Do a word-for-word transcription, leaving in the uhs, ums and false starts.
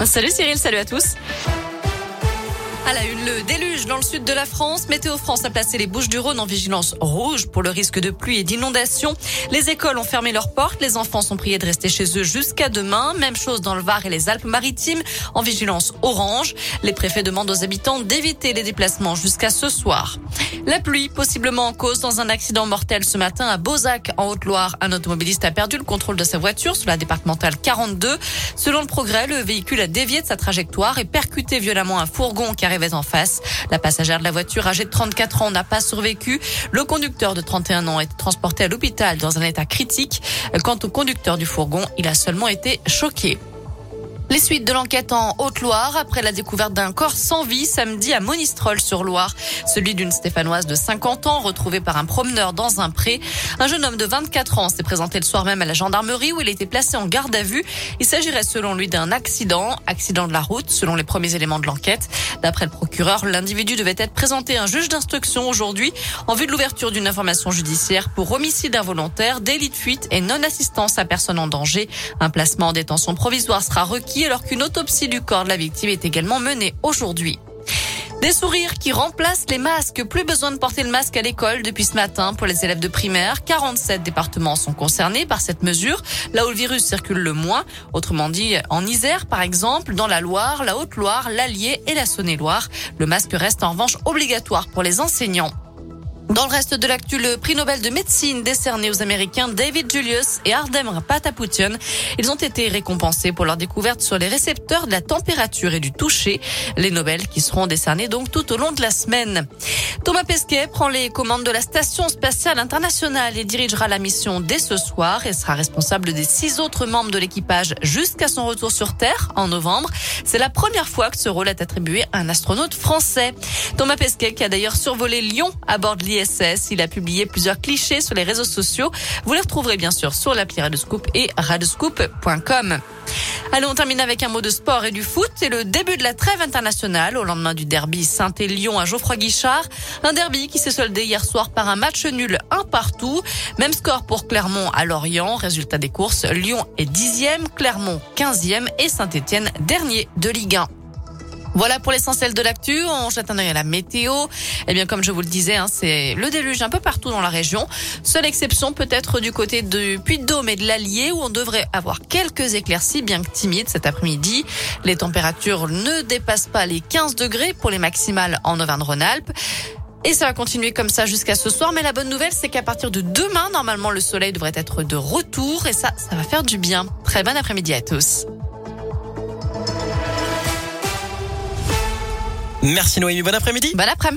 Salut Cyril, salut à tous. À la une, le déluge dans le sud de la France. Météo France a placé les Bouches-du-Rhône en vigilance rouge pour le risque de pluie et d'inondation. Les écoles ont fermé leurs portes. Les enfants sont priés de rester chez eux jusqu'à demain. Même chose dans le Var et les Alpes-Maritimes en vigilance orange. Les préfets demandent aux habitants d'éviter les déplacements jusqu'à ce soir. La pluie, possiblement en cause dans un accident mortel ce matin à Beauzac, en Haute-Loire. Un automobiliste a perdu le contrôle de sa voiture sur la départementale quarante-deux. Selon le Progrès, le véhicule a dévié de sa trajectoire et percuté violemment un fourgon qui arrivait en face. La passagère de la voiture, âgée de trente-quatre ans, n'a pas survécu. Le conducteur de trente et un ans a été transporté à l'hôpital dans un état critique. Quant au conducteur du fourgon, il a seulement été choqué. Les suites de l'enquête en Haute-Loire après la découverte d'un corps sans vie samedi à Monistrol-sur-Loire. Celui d'une Stéphanoise de cinquante ans retrouvée par un promeneur dans un pré. Un jeune homme de vingt-quatre ans s'est présenté le soir même à la gendarmerie où il était placé en garde à vue. Il s'agirait selon lui d'un accident, accident de la route selon les premiers éléments de l'enquête. D'après le procureur, l'individu devait être présenté à un juge d'instruction aujourd'hui en vue de l'ouverture d'une information judiciaire pour homicide involontaire, délit de fuite et non-assistance à personne en danger. Un placement en détention provisoire sera requis alors qu'une autopsie du corps de la victime est également menée aujourd'hui. Des sourires qui remplacent les masques. Plus besoin de porter le masque à l'école depuis ce matin pour les élèves de primaire. quarante-sept départements sont concernés par cette mesure, là où le virus circule le moins. Autrement dit, en Isère, par exemple, dans la Loire, la Haute-Loire, l'Allier et la Saône-et-Loire. Le masque reste en revanche obligatoire pour les enseignants. Dans le reste de l'actu, le prix Nobel de médecine décerné aux Américains David Julius et Ardem Patapoutian. Ils ont été récompensés pour leur découverte sur les récepteurs de la température et du toucher. Les Nobel qui seront décernés donc tout au long de la semaine. Thomas Pesquet prend les commandes de la Station spatiale internationale et dirigera la mission dès ce soir et sera responsable des six autres membres de l'équipage jusqu'à son retour sur Terre en novembre. C'est la première fois que ce rôle est attribué à un astronaute français. Thomas Pesquet qui a d'ailleurs survolé Lyon à bord de l'I S S. Il a publié plusieurs clichés sur les réseaux sociaux. Vous les retrouverez bien sûr sur l'appli Radioscoop et radioscoop point com. Allez, on termine avec un mot de sport et du foot. C'est le début de la trêve internationale au lendemain du derby Saint-Élion à Geoffroy-Guichard. Un derby qui s'est soldé hier soir par un match nul un partout. Même score pour Clermont à Lorient. Résultat des courses, Lyon est dixième, Clermont quinzième et Saint-Étienne dernier de Ligue un. Voilà pour l'essentiel de l'actu. On jette un œil à la météo. Eh bien, comme je vous le disais, hein, c'est le déluge un peu partout dans la région. Seule exception peut-être du côté du Puy-de-Dôme et de l'Allier où on devrait avoir quelques éclaircies bien que timides cet après-midi. Les températures ne dépassent pas les quinze degrés pour les maximales en Auvergne-Rhône-Alpes. Et ça va continuer comme ça jusqu'à ce soir. Mais la bonne nouvelle, c'est qu'à partir de demain, normalement, le soleil devrait être de retour. Et ça, ça va faire du bien. Très bon après-midi à tous. Merci Noémie, bon après-midi. Bon après-midi.